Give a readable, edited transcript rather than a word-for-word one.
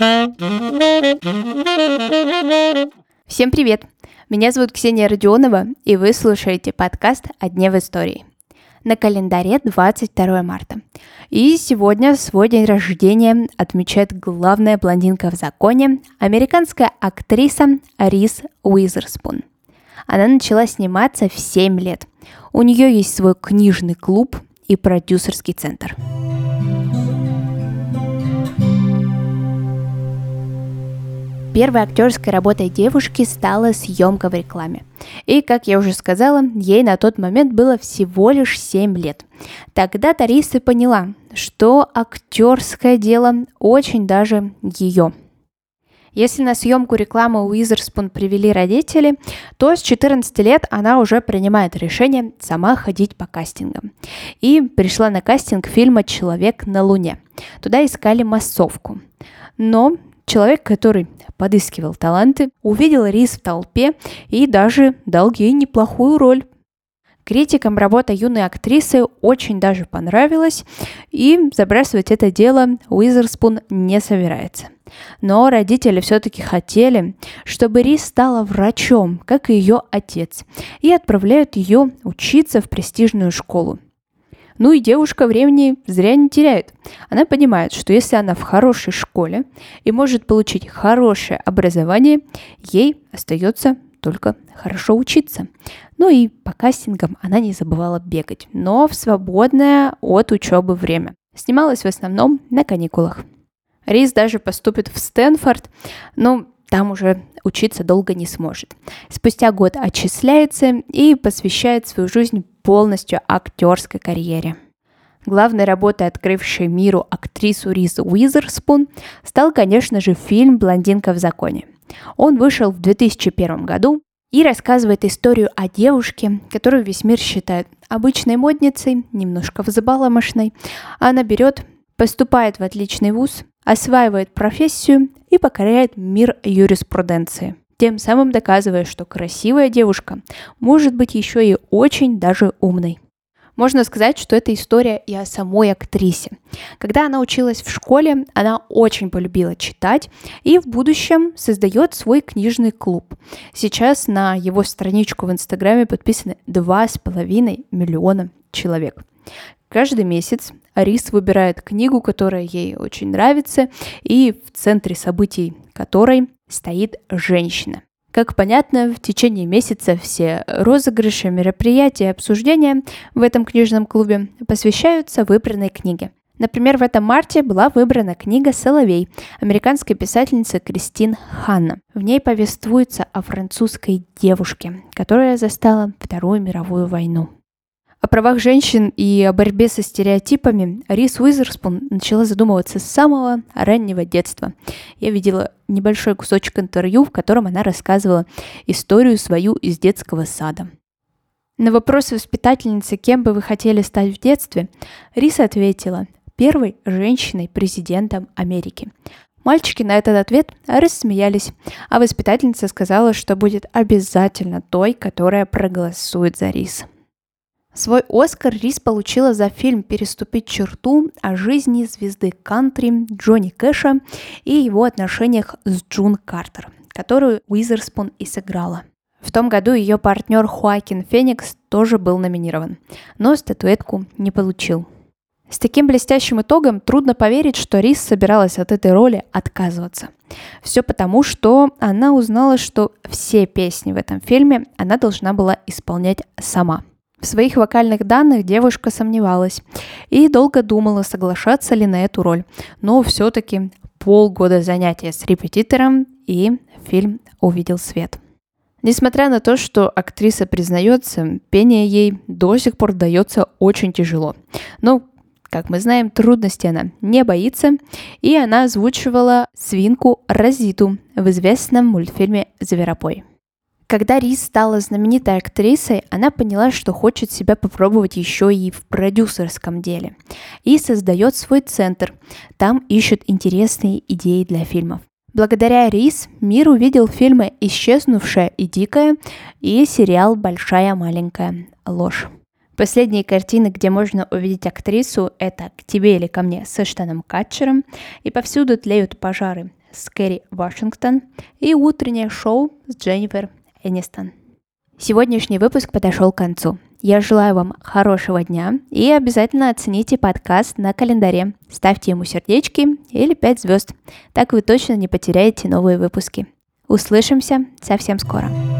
Всем привет! Меня зовут Ксения Родионова, и вы слушаете подкаст «О дне в истории». На календаре 22 марта. И сегодня свой день рождения отмечает главная блондинка в законе, американская актриса Риз Уизерспун. Она начала сниматься в 7 лет. У нее есть свой книжный клуб и продюсерский центр. Первой актерской работой девушки стала съемка в рекламе. И, как я уже сказала, ей на тот момент было всего лишь 7 лет. Тогда-то Риз и поняла, что актерское дело очень даже ее. Если на съемку рекламы Уизерспун привели родители, то с 14 лет она уже принимает решение сама ходить по кастингам. И пришла на кастинг фильма «Человек на Луне». Туда искали массовку. Но человек, который подыскивал таланты, увидел Риз в толпе и даже дал ей неплохую роль. Критикам работа юной актрисы очень даже понравилась, и забрасывать это дело Уизерспун не собирается. Но родители все-таки хотели, чтобы Риз стала врачом, как и ее отец, и отправляют ее учиться в престижную школу. Ну и девушка времени зря не теряет. Она понимает, что если она в хорошей школе и может получить хорошее образование, ей остается только хорошо учиться. Ну и по кастингам она не забывала бегать, но в свободное от учебы время. Снималась в основном на каникулах. Риз даже поступит в Стэнфорд, но там уже учиться долго не сможет. Спустя год отчисляется и посвящает свою жизнь полностью актерской карьере. Главной работой, открывшей миру актрису Риз Уизерспун, стал, конечно же, фильм «Блондинка в законе». Он вышел в 2001 году и рассказывает историю о девушке, которую весь мир считает обычной модницей, немножко взбаломошной. Она поступает в отличный вуз, осваивает профессию и покоряет мир юриспруденции, тем самым доказывая, что красивая девушка может быть еще и очень даже умной. Можно сказать, что это история и о самой актрисе. Когда она училась в школе, она очень полюбила читать и в будущем создает свой книжный клуб. Сейчас на его страничку в Инстаграме подписаны 2,5 миллиона человек. Каждый месяц Риз выбирает книгу, которая ей очень нравится, и в центре событий которой стоит женщина. Как понятно, в течение месяца все розыгрыши, мероприятия и обсуждения в этом книжном клубе посвящаются выбранной книге. Например, в этом марте была выбрана книга «Соловей» американской писательницы Кристин Ханна. В ней повествуется о французской девушке, которая застала Вторую мировую войну. О правах женщин и о борьбе со стереотипами Риз Уизерспун начала задумываться с самого раннего детства. Я видела небольшой кусочек интервью, в котором она рассказывала историю свою из детского сада. На вопрос воспитательницы, кем бы вы хотели стать в детстве, Риз ответила: первой женщиной-президентом Америки. Мальчики на этот ответ рассмеялись, а воспитательница сказала, что будет обязательно той, которая проголосует за Риз. Свой «Оскар» Риз получила за фильм «Переступить черту» о жизни звезды кантри Джонни Кэша и его отношениях с Джун Картер, которую Уизерспун и сыграла. В том году ее партнер Хоакин Феникс тоже был номинирован, но статуэтку не получил. С таким блестящим итогом трудно поверить, что Риз собиралась от этой роли отказываться. Все потому, что она узнала, что все песни в этом фильме она должна была исполнять сама. В своих вокальных данных девушка сомневалась и долго думала, соглашаться ли на эту роль. Но все-таки полгода занятия с репетитором, и фильм увидел свет. Несмотря на то, что актриса признается, пение ей до сих пор дается очень тяжело. Но, как мы знаем, трудностей она не боится, и она озвучивала свинку Розиту в известном мультфильме «Зверопой». Когда Риз стала знаменитой актрисой, она поняла, что хочет себя попробовать еще и в продюсерском деле. И создает свой центр. Там ищут интересные идеи для фильмов. Благодаря Риз мир увидел фильмы «Исчезнувшая и дикая» и сериал «Большая маленькая ложь». Последние картины, где можно увидеть актрису, это «К тебе или ко мне» с Эштоном Катчером и «Повсюду тлеют пожары» с Кэрри Вашингтон и утреннее шоу с Дженнифер Энистон. Сегодняшний выпуск подошел к концу. Я желаю вам хорошего дня и обязательно оцените подкаст на календаре. Ставьте ему сердечки или 5 звезд. Так вы точно не потеряете новые выпуски. Услышимся совсем скоро.